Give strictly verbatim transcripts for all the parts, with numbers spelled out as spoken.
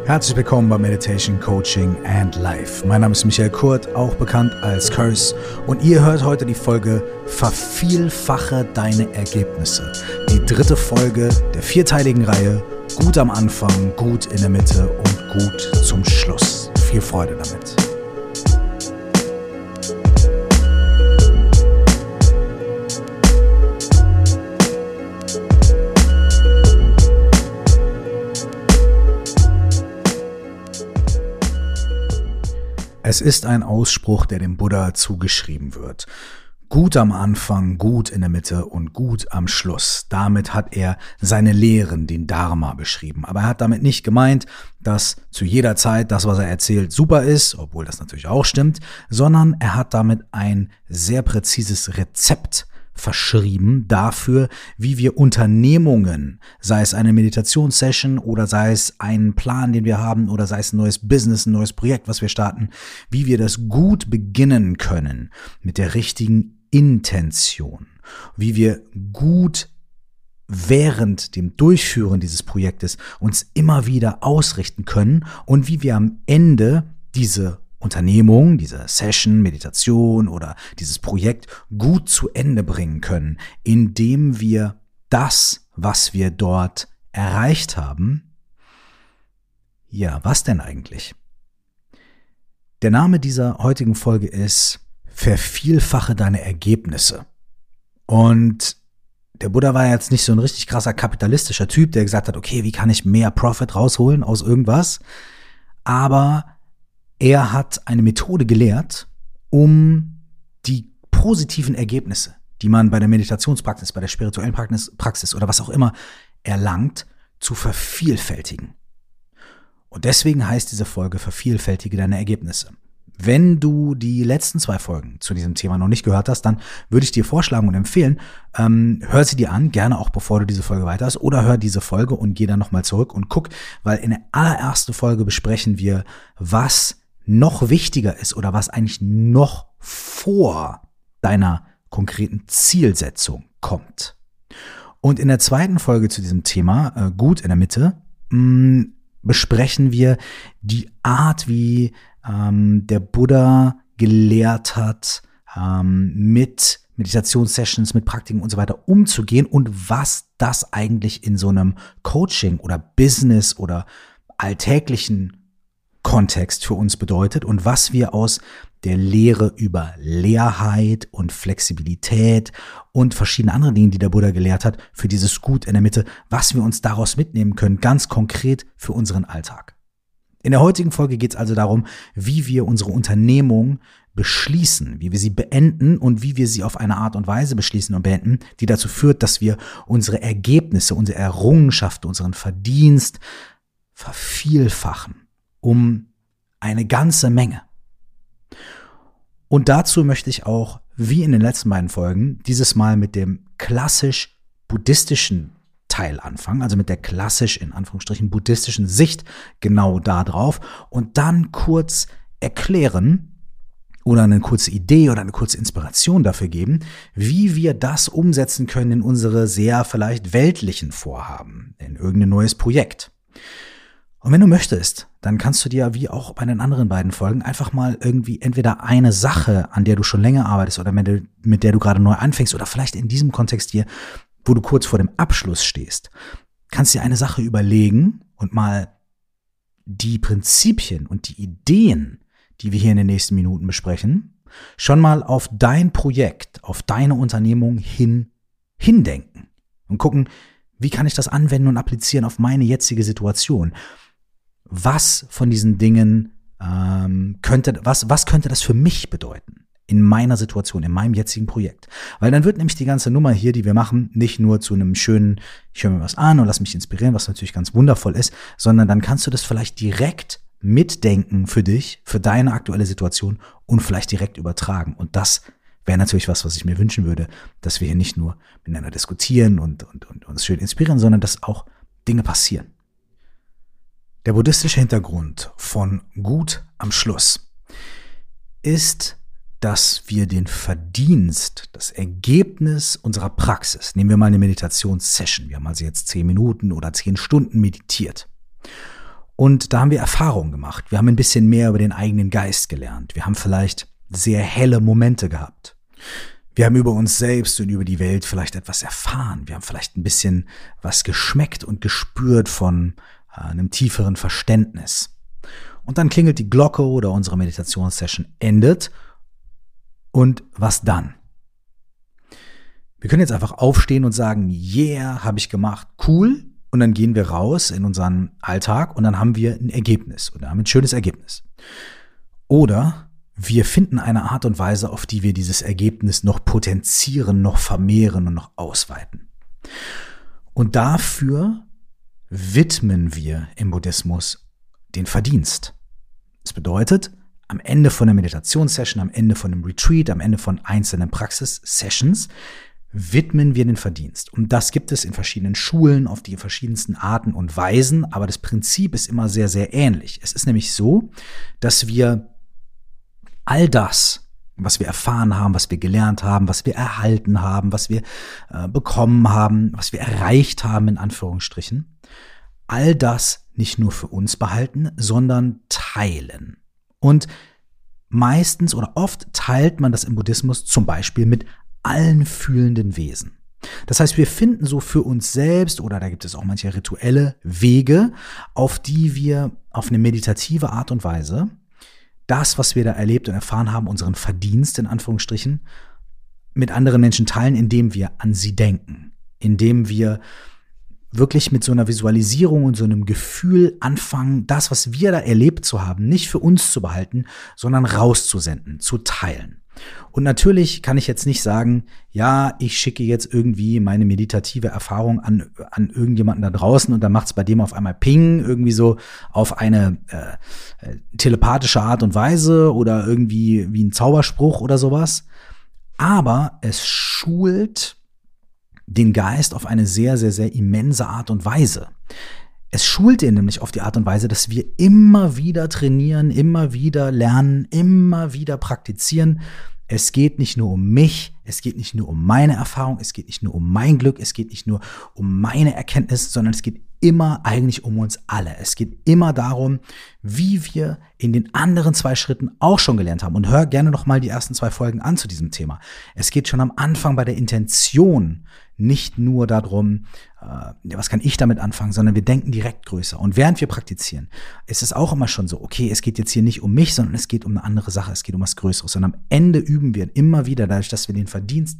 Herzlich willkommen bei Meditation, Coaching and Life. Mein Name ist Michael Kurt, auch bekannt als Curse, und ihr hört heute die Folge Vervielfache deine Ergebnisse. Die dritte Folge der vierteiligen Reihe, gut am Anfang, gut in der Mitte und gut zum Schluss. Viel Freude damit. Es ist ein Ausspruch, der dem Buddha zugeschrieben wird. Gut am Anfang, gut in der Mitte und gut am Schluss. Damit hat er seine Lehren, den Dharma, beschrieben. Aber er hat damit nicht gemeint, dass zu jeder Zeit das, was er erzählt, super ist, obwohl das natürlich auch stimmt, sondern er hat damit ein sehr präzises Rezept verschrieben dafür, wie wir Unternehmungen, sei es eine Meditationssession oder sei es einen Plan, den wir haben oder sei es ein neues Business, ein neues Projekt, was wir starten, wie wir das gut beginnen können mit der richtigen Intention, wie wir gut während dem Durchführen dieses Projektes uns immer wieder ausrichten können und wie wir am Ende diese Unternehmung, diese Session, Meditation oder dieses Projekt gut zu Ende bringen können, indem wir das, was wir dort erreicht haben, ja, was denn eigentlich? Der Name dieser heutigen Folge ist Vervielfache deine Ergebnisse. Und der Buddha war jetzt nicht so ein richtig krasser kapitalistischer Typ, der gesagt hat, okay, wie kann ich mehr Profit rausholen aus irgendwas? Aber er hat eine Methode gelehrt, um die positiven Ergebnisse, die man bei der Meditationspraxis, bei der spirituellen Praxis oder was auch immer erlangt, zu vervielfältigen. Und deswegen heißt diese Folge Vervielfältige deine Ergebnisse. Wenn du die letzten zwei Folgen zu diesem Thema noch nicht gehört hast, dann würde ich dir vorschlagen und empfehlen, ähm, hör sie dir an, gerne auch bevor du diese Folge weiter hast, oder hör diese Folge und geh dann nochmal zurück und guck, weil in der allerersten Folge besprechen wir, was noch wichtiger ist oder was eigentlich noch vor deiner konkreten Zielsetzung kommt. Und in der zweiten Folge zu diesem Thema, äh, gut in der Mitte, mh, besprechen wir die Art, wie ähm, der Buddha gelehrt hat, ähm, mit Meditationssessions, mit Praktiken und so weiter umzugehen und was das eigentlich in so einem Coaching oder Business oder alltäglichen Kontext für uns bedeutet und was wir aus der Lehre über Leerheit und Flexibilität und verschiedene andere Dinge, die der Buddha gelehrt hat, für dieses Gut in der Mitte, was wir uns daraus mitnehmen können, ganz konkret für unseren Alltag. In der heutigen Folge geht es also darum, wie wir unsere Unternehmung beschließen, wie wir sie beenden und wie wir sie auf eine Art und Weise beschließen und beenden, die dazu führt, dass wir unsere Ergebnisse, unsere Errungenschaften, unseren Verdienst vervielfachen. Um eine ganze Menge. Und dazu möchte ich auch, wie in den letzten beiden Folgen, dieses Mal mit dem klassisch-buddhistischen Teil anfangen, also mit der klassisch, in Anführungsstrichen, buddhistischen Sicht genau da drauf und dann kurz erklären oder eine kurze Idee oder eine kurze Inspiration dafür geben, wie wir das umsetzen können in unsere sehr vielleicht weltlichen Vorhaben, in irgendein neues Projekt. Und wenn du möchtest, dann kannst du dir, wie auch bei den anderen beiden Folgen, einfach mal irgendwie entweder eine Sache, an der du schon länger arbeitest oder mit der, mit der du gerade neu anfängst oder vielleicht in diesem Kontext hier, wo du kurz vor dem Abschluss stehst, kannst dir eine Sache überlegen und mal die Prinzipien und die Ideen, die wir hier in den nächsten Minuten besprechen, schon mal auf dein Projekt, auf deine Unternehmung hin, hindenken und gucken, wie kann ich das anwenden und applizieren auf meine jetzige Situation? Was von diesen Dingen ähm, könnte, was, was könnte das für mich bedeuten in meiner Situation, in meinem jetzigen Projekt? Weil dann wird nämlich die ganze Nummer hier, die wir machen, nicht nur zu einem schönen, ich höre mir was an und lass mich inspirieren, was natürlich ganz wundervoll ist, sondern dann kannst du das vielleicht direkt mitdenken für dich, für deine aktuelle Situation und vielleicht direkt übertragen. Und das wäre natürlich was, was ich mir wünschen würde, dass wir hier nicht nur miteinander diskutieren und, und, und uns schön inspirieren, sondern dass auch Dinge passieren. Der buddhistische Hintergrund von gut am Schluss ist, dass wir den Verdienst, das Ergebnis unserer Praxis, nehmen wir mal eine Meditationssession, wir haben also jetzt zehn Minuten oder zehn Stunden meditiert. Und da haben wir Erfahrungen gemacht. Wir haben ein bisschen mehr über den eigenen Geist gelernt. Wir haben vielleicht sehr helle Momente gehabt. Wir haben über uns selbst und über die Welt vielleicht etwas erfahren. Wir haben vielleicht ein bisschen was geschmeckt und gespürt von äh, einem tieferen Verständnis. Und dann klingelt die Glocke oder unsere Meditationssession endet. Und was dann? Wir können jetzt einfach aufstehen und sagen, yeah, habe ich gemacht, cool. Und dann gehen wir raus in unseren Alltag und dann haben wir ein Ergebnis oder haben ein schönes Ergebnis. Oder wir finden eine Art und Weise, auf die wir dieses Ergebnis noch potenzieren, noch vermehren und noch ausweiten. Und dafür widmen wir im Buddhismus den Verdienst. Das bedeutet, am Ende von der Meditationssession, am Ende von einem Retreat, am Ende von einzelnen Praxis-Sessions widmen wir den Verdienst. Und das gibt es in verschiedenen Schulen auf die verschiedensten Arten und Weisen, aber das Prinzip ist immer sehr, sehr ähnlich. Es ist nämlich so, dass wir all das, was wir erfahren haben, was wir gelernt haben, was wir erhalten haben, was wir äh, bekommen haben, was wir erreicht haben, in Anführungsstrichen, all das nicht nur für uns behalten, sondern teilen. Und meistens oder oft teilt man das im Buddhismus zum Beispiel mit allen fühlenden Wesen. Das heißt, wir finden so für uns selbst, oder da gibt es auch manche rituelle Wege, auf die wir auf eine meditative Art und Weise das, was wir da erlebt und erfahren haben, unseren Verdienst in Anführungsstrichen, mit anderen Menschen teilen, indem wir an sie denken, indem wir wirklich mit so einer Visualisierung und so einem Gefühl anfangen, das, was wir da erlebt zu haben, nicht für uns zu behalten, sondern rauszusenden, zu teilen. Und natürlich kann ich jetzt nicht sagen, ja, ich schicke jetzt irgendwie meine meditative Erfahrung an, an irgendjemanden da draußen und dann macht es bei dem auf einmal Ping, irgendwie so auf eine äh, telepathische Art und Weise oder irgendwie wie ein Zauberspruch oder sowas. Aber es schult den Geist auf eine sehr, sehr, sehr immense Art und Weise. Es schult ihn nämlich auf die Art und Weise, dass wir immer wieder trainieren, immer wieder lernen, immer wieder praktizieren. Es geht nicht nur um mich, es geht nicht nur um meine Erfahrung, es geht nicht nur um mein Glück, es geht nicht nur um meine Erkenntnis, sondern es geht immer eigentlich um uns alle. Es geht immer darum, wie wir in den anderen zwei Schritten auch schon gelernt haben. Und hör gerne noch mal die ersten zwei Folgen an zu diesem Thema. Es geht schon am Anfang bei der Intention nicht nur darum, äh, was kann ich damit anfangen, sondern wir denken direkt größer. Und während wir praktizieren, ist es auch immer schon so, okay, es geht jetzt hier nicht um mich, sondern es geht um eine andere Sache, es geht um was Größeres. Und am Ende üben wir immer wieder, dadurch, dass wir den Verdienst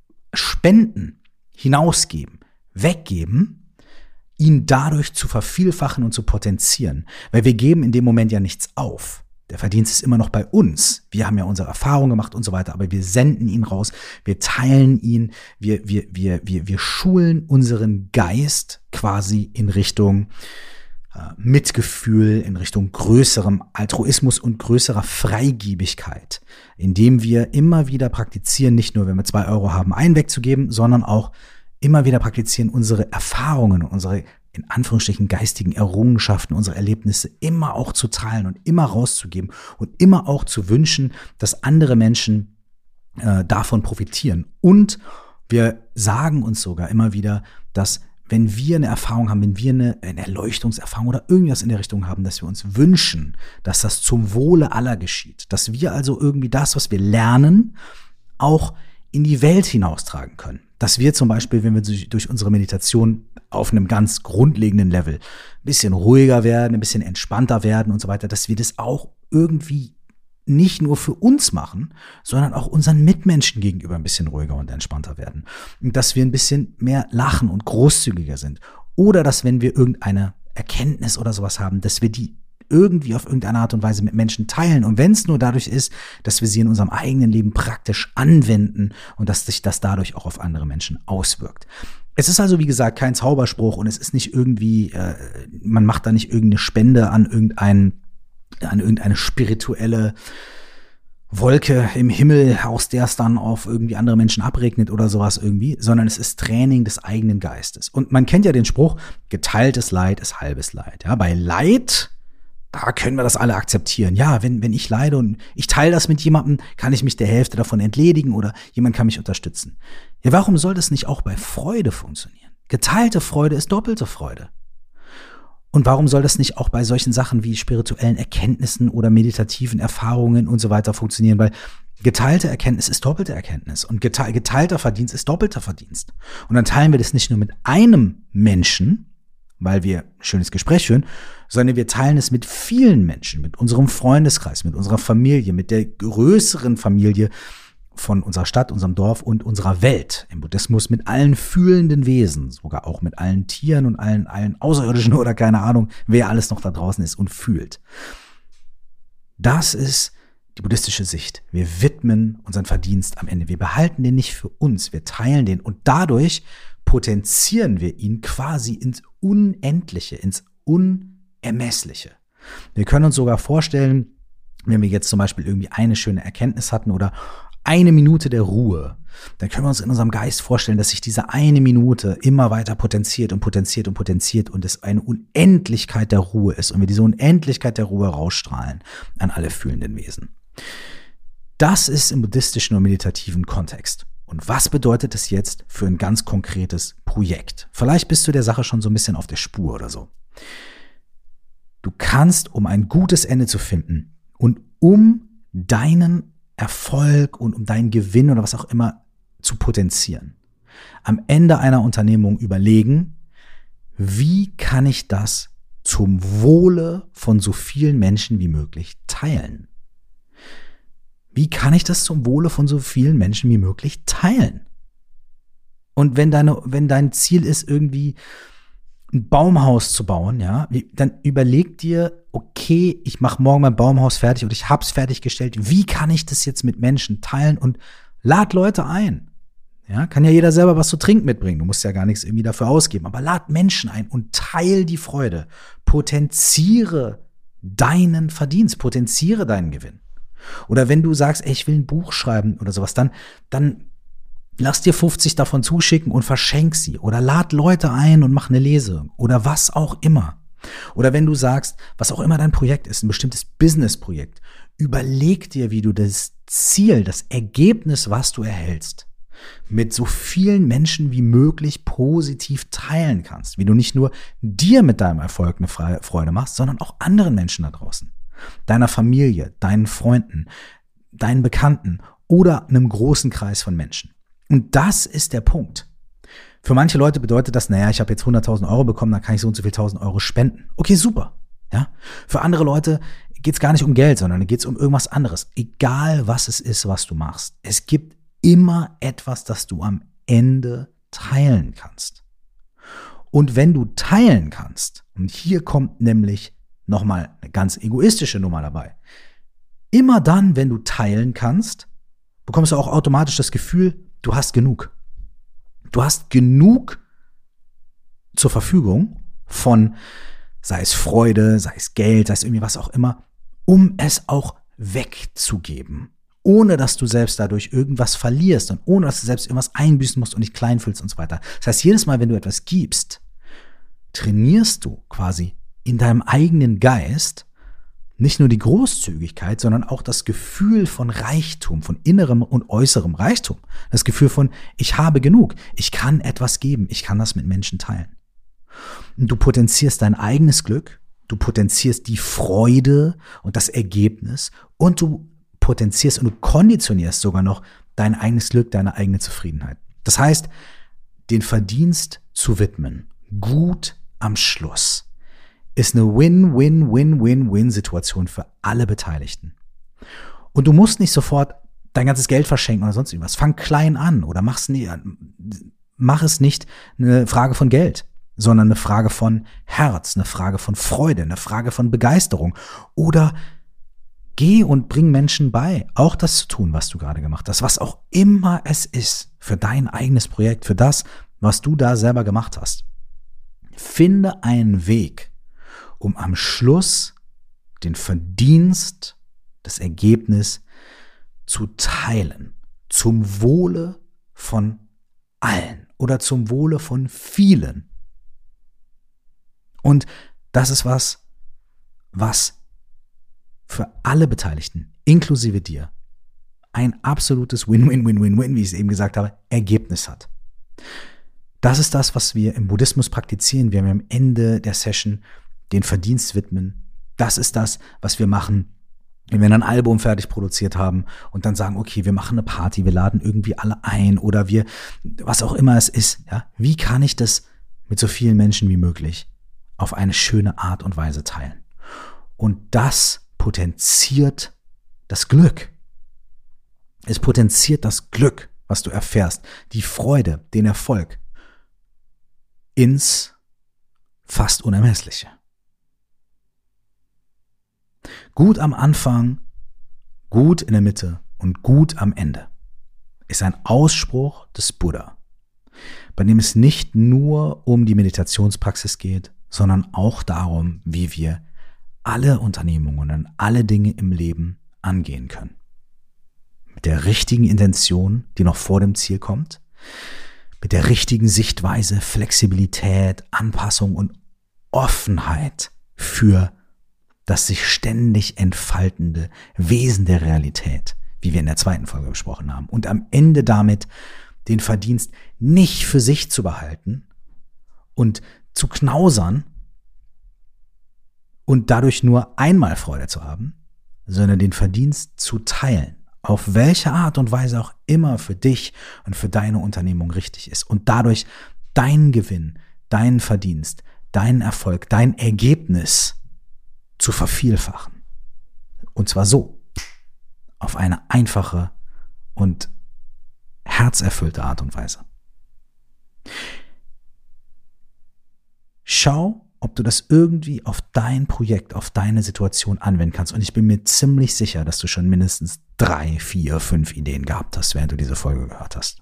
spenden, hinausgeben, weggeben, ihn dadurch zu vervielfachen und zu potenzieren. Weil wir geben in dem Moment ja nichts auf. Der Verdienst ist immer noch bei uns. Wir haben ja unsere Erfahrungen gemacht und so weiter, aber wir senden ihn raus, wir teilen ihn, wir, wir, wir, wir, wir schulen unseren Geist quasi in Richtung äh, Mitgefühl, in Richtung größerem Altruismus und größerer Freigiebigkeit, indem wir immer wieder praktizieren, nicht nur, wenn wir zwei Euro haben, einen wegzugeben, sondern auch immer wieder praktizieren, unsere Erfahrungen, unsere in Anführungsstrichen geistigen Errungenschaften, unsere Erlebnisse immer auch zu teilen und immer rauszugeben und immer auch zu wünschen, dass andere Menschen äh, davon profitieren. Und wir sagen uns sogar immer wieder, dass wenn wir eine Erfahrung haben, wenn wir eine, eine Erleuchtungserfahrung oder irgendwas in der Richtung haben, dass wir uns wünschen, dass das zum Wohle aller geschieht, dass wir also irgendwie das, was wir lernen, auch in die Welt hinaustragen können. Dass wir zum Beispiel, wenn wir durch unsere Meditation auf einem ganz grundlegenden Level ein bisschen ruhiger werden, ein bisschen entspannter werden und so weiter, dass wir das auch irgendwie nicht nur für uns machen, sondern auch unseren Mitmenschen gegenüber ein bisschen ruhiger und entspannter werden. Und dass wir ein bisschen mehr lachen und großzügiger sind. Oder dass, wenn wir irgendeine Erkenntnis oder sowas haben, dass wir die irgendwie auf irgendeine Art und Weise mit Menschen teilen. Und wenn es nur dadurch ist, dass wir sie in unserem eigenen Leben praktisch anwenden und dass sich das dadurch auch auf andere Menschen auswirkt. Es ist also, wie gesagt, kein Zauberspruch und es ist nicht irgendwie, äh, man macht da nicht irgendeine Spende an irgendein, an irgendeine spirituelle Wolke im Himmel, aus der es dann auf irgendwie andere Menschen abregnet oder sowas irgendwie, sondern es ist Training des eigenen Geistes. Und man kennt ja den Spruch, geteiltes Leid ist halbes Leid. Ja, bei Leid, da können wir das alle akzeptieren. Ja, wenn, wenn ich leide und ich teile das mit jemandem, kann ich mich der Hälfte davon entledigen oder jemand kann mich unterstützen. Ja, warum soll das nicht auch bei Freude funktionieren? Geteilte Freude ist doppelte Freude. Und warum soll das nicht auch bei solchen Sachen wie spirituellen Erkenntnissen oder meditativen Erfahrungen und so weiter funktionieren? Weil geteilte Erkenntnis ist doppelte Erkenntnis und geteilter Verdienst ist doppelter Verdienst. Und dann teilen wir das nicht nur mit einem Menschen, weil wir ein schönes Gespräch führen, sondern wir teilen es mit vielen Menschen, mit unserem Freundeskreis, mit unserer Familie, mit der größeren Familie von unserer Stadt, unserem Dorf und unserer Welt. Im Buddhismus mit allen fühlenden Wesen, sogar auch mit allen Tieren und allen, allen Außerirdischen oder keine Ahnung, wer alles noch da draußen ist und fühlt. Das ist die buddhistische Sicht. Wir widmen unseren Verdienst am Ende. Wir behalten den nicht für uns, wir teilen den und dadurch potenzieren wir ihn quasi ins Unendliche, ins Unermessliche. Wir können uns sogar vorstellen, wenn wir jetzt zum Beispiel irgendwie eine schöne Erkenntnis hatten oder eine Minute der Ruhe, dann können wir uns in unserem Geist vorstellen, dass sich diese eine Minute immer weiter potenziert und potenziert und potenziert und es eine Unendlichkeit der Ruhe ist und wir diese Unendlichkeit der Ruhe rausstrahlen an alle fühlenden Wesen. Das ist im buddhistischen und meditativen Kontext. Und was bedeutet es jetzt für ein ganz konkretes Projekt? Vielleicht bist du der Sache schon so ein bisschen auf der Spur oder so. Du kannst, um ein gutes Ende zu finden und um deinen Erfolg und um deinen Gewinn oder was auch immer zu potenzieren, am Ende einer Unternehmung überlegen, wie kann ich das zum Wohle von so vielen Menschen wie möglich teilen? Wie kann ich das zum Wohle von so vielen Menschen wie möglich teilen? Und wenn deine, wenn dein Ziel ist, irgendwie ein Baumhaus zu bauen, ja, dann überleg dir, okay, ich mache morgen mein Baumhaus fertig und ich hab's fertiggestellt. Wie kann ich das jetzt mit Menschen teilen und lad Leute ein? Ja, kann ja jeder selber was zu trinken mitbringen. Du musst ja gar nichts irgendwie dafür ausgeben, aber lad Menschen ein und teil die Freude. Potenziere deinen Verdienst, potenziere deinen Gewinn. Oder wenn du sagst, ey, ich will ein Buch schreiben oder sowas, dann, dann lass dir fünfzig davon zuschicken und verschenk sie. Oder lad Leute ein und mach eine Lesung. Oder was auch immer. Oder wenn du sagst, was auch immer dein Projekt ist, ein bestimmtes Businessprojekt, überleg dir, wie du das Ziel, das Ergebnis, was du erhältst, mit so vielen Menschen wie möglich positiv teilen kannst. Wie du nicht nur dir mit deinem Erfolg eine Freude machst, sondern auch anderen Menschen da draußen. Deiner Familie, deinen Freunden, deinen Bekannten oder einem großen Kreis von Menschen. Und das ist der Punkt. Für manche Leute bedeutet das, naja, ich habe jetzt hunderttausend Euro bekommen, dann kann ich so und so viel tausend Euro spenden. Okay, super. Ja? Für andere Leute geht es gar nicht um Geld, sondern geht es um irgendwas anderes. Egal, was es ist, was du machst. Es gibt immer etwas, das du am Ende teilen kannst. Und wenn du teilen kannst, und hier kommt nämlich nochmal eine ganz egoistische Nummer dabei. Immer dann, wenn du teilen kannst, bekommst du auch automatisch das Gefühl, du hast genug. Du hast genug zur Verfügung von, sei es Freude, sei es Geld, sei es irgendwie was auch immer, um es auch wegzugeben. Ohne dass du selbst dadurch irgendwas verlierst und ohne dass du selbst irgendwas einbüßen musst und dich klein fühlst und so weiter. Das heißt, jedes Mal, wenn du etwas gibst, trainierst du quasi in deinem eigenen Geist nicht nur die Großzügigkeit, sondern auch das Gefühl von Reichtum, von innerem und äußerem Reichtum. Das Gefühl von, ich habe genug, ich kann etwas geben, ich kann das mit Menschen teilen. Und du potenzierst dein eigenes Glück, du potenzierst die Freude und das Ergebnis und du potenzierst und du konditionierst sogar noch dein eigenes Glück, deine eigene Zufriedenheit. Das heißt, den Verdienst zu widmen, gut am Schluss, ist eine Win-Win-Win-Win-Win-Situation für alle Beteiligten. Und du musst nicht sofort dein ganzes Geld verschenken oder sonst irgendwas. Fang klein an oder mach's nie, mach es nicht eine Frage von Geld, sondern eine Frage von Herz, eine Frage von Freude, eine Frage von Begeisterung. Oder geh und bring Menschen bei, auch das zu tun, was du gerade gemacht hast, was auch immer es ist für dein eigenes Projekt, für das, was du da selber gemacht hast. Finde einen Weg, um am Schluss den Verdienst, das Ergebnis zu teilen, zum Wohle von allen oder zum Wohle von vielen. Und das ist was, was für alle Beteiligten, inklusive dir, ein absolutes Win-Win-Win-Win-Win, wie ich es eben gesagt habe, Ergebnis hat. Das ist das, was wir im Buddhismus praktizieren. Wir haben am Ende der Session den Verdienst widmen. Das ist das, was wir machen, wenn wir ein Album fertig produziert haben und dann sagen, okay, wir machen eine Party, wir laden irgendwie alle ein oder wir, was auch immer es ist, ja, wie kann ich das mit so vielen Menschen wie möglich auf eine schöne Art und Weise teilen? Und das potenziert das Glück. Es potenziert das Glück, was du erfährst, die Freude, den Erfolg ins fast Unermessliche. Gut am Anfang, gut in der Mitte und gut am Ende ist ein Ausspruch des Buddha, bei dem es nicht nur um die Meditationspraxis geht, sondern auch darum, wie wir alle Unternehmungen und alle Dinge im Leben angehen können. Mit der richtigen Intention, die noch vor dem Ziel kommt, mit der richtigen Sichtweise, Flexibilität, Anpassung und Offenheit für das sich ständig entfaltende Wesen der Realität, wie wir in der zweiten Folge besprochen haben. Und am Ende damit den Verdienst nicht für sich zu behalten und zu knausern und dadurch nur einmal Freude zu haben, sondern den Verdienst zu teilen, auf welche Art und Weise auch immer für dich und für deine Unternehmung richtig ist. Und dadurch deinen Gewinn, deinen Verdienst, deinen Erfolg, dein Ergebnis zu vervielfachen. Und zwar so, auf eine einfache und herzerfüllte Art und Weise. Schau, ob du das irgendwie auf dein Projekt, auf deine Situation anwenden kannst. Und ich bin mir ziemlich sicher, dass du schon mindestens drei, vier, fünf Ideen gehabt hast, während du diese Folge gehört hast.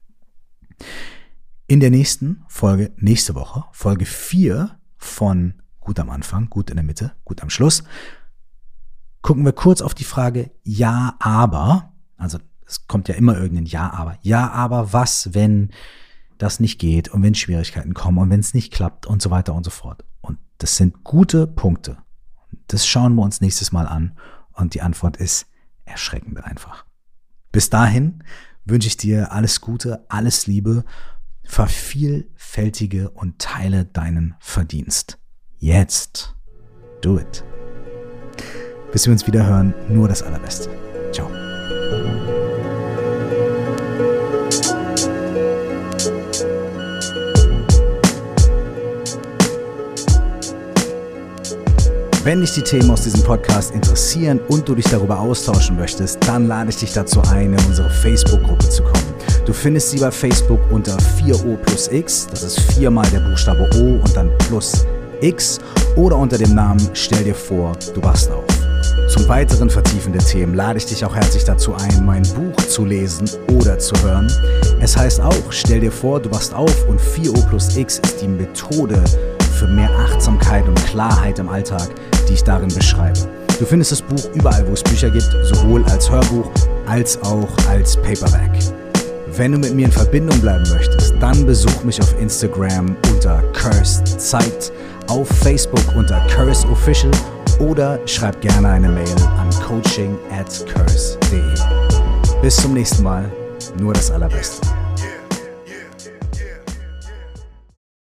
In der nächsten Folge, nächste Woche, Folge vier von Gut am Anfang, gut in der Mitte, gut am Schluss, gucken wir kurz auf die Frage Ja, aber, also es kommt ja immer irgendein Ja, aber, ja, aber was, wenn das nicht geht und wenn Schwierigkeiten kommen und wenn es nicht klappt und so weiter und so fort. Und das sind gute Punkte. Das schauen wir uns nächstes Mal an und die Antwort ist erschreckend einfach. Bis dahin wünsche ich dir alles Gute, alles Liebe, vervielfältige und teile deinen Verdienst. Jetzt. Do it. Bis wir uns wieder hören, nur das Allerbeste. Ciao. Wenn dich die Themen aus diesem Podcast interessieren und du dich darüber austauschen möchtest, dann lade ich dich dazu ein, in unsere Facebook-Gruppe zu kommen. Du findest sie bei Facebook unter vier O plus X, das ist viermal der Buchstabe O und dann plus X, oder unter dem Namen Stell dir vor, du wachst auf. Zum weiteren vertiefenden Themen lade ich dich auch herzlich dazu ein, mein Buch zu lesen oder zu hören. Es heißt auch Stell dir vor, du wachst auf und vier O plus X ist die Methode für mehr Achtsamkeit und Klarheit im Alltag, die ich darin beschreibe. Du findest das Buch überall, wo es Bücher gibt, sowohl als Hörbuch als auch als Paperback. Wenn du mit mir in Verbindung bleiben möchtest, dann besuch mich auf Instagram unter Cursed Zeit, auf Facebook unter Curse Official oder schreib gerne eine Mail an coaching at curse punkt de. Bis zum nächsten Mal, nur das Allerbeste.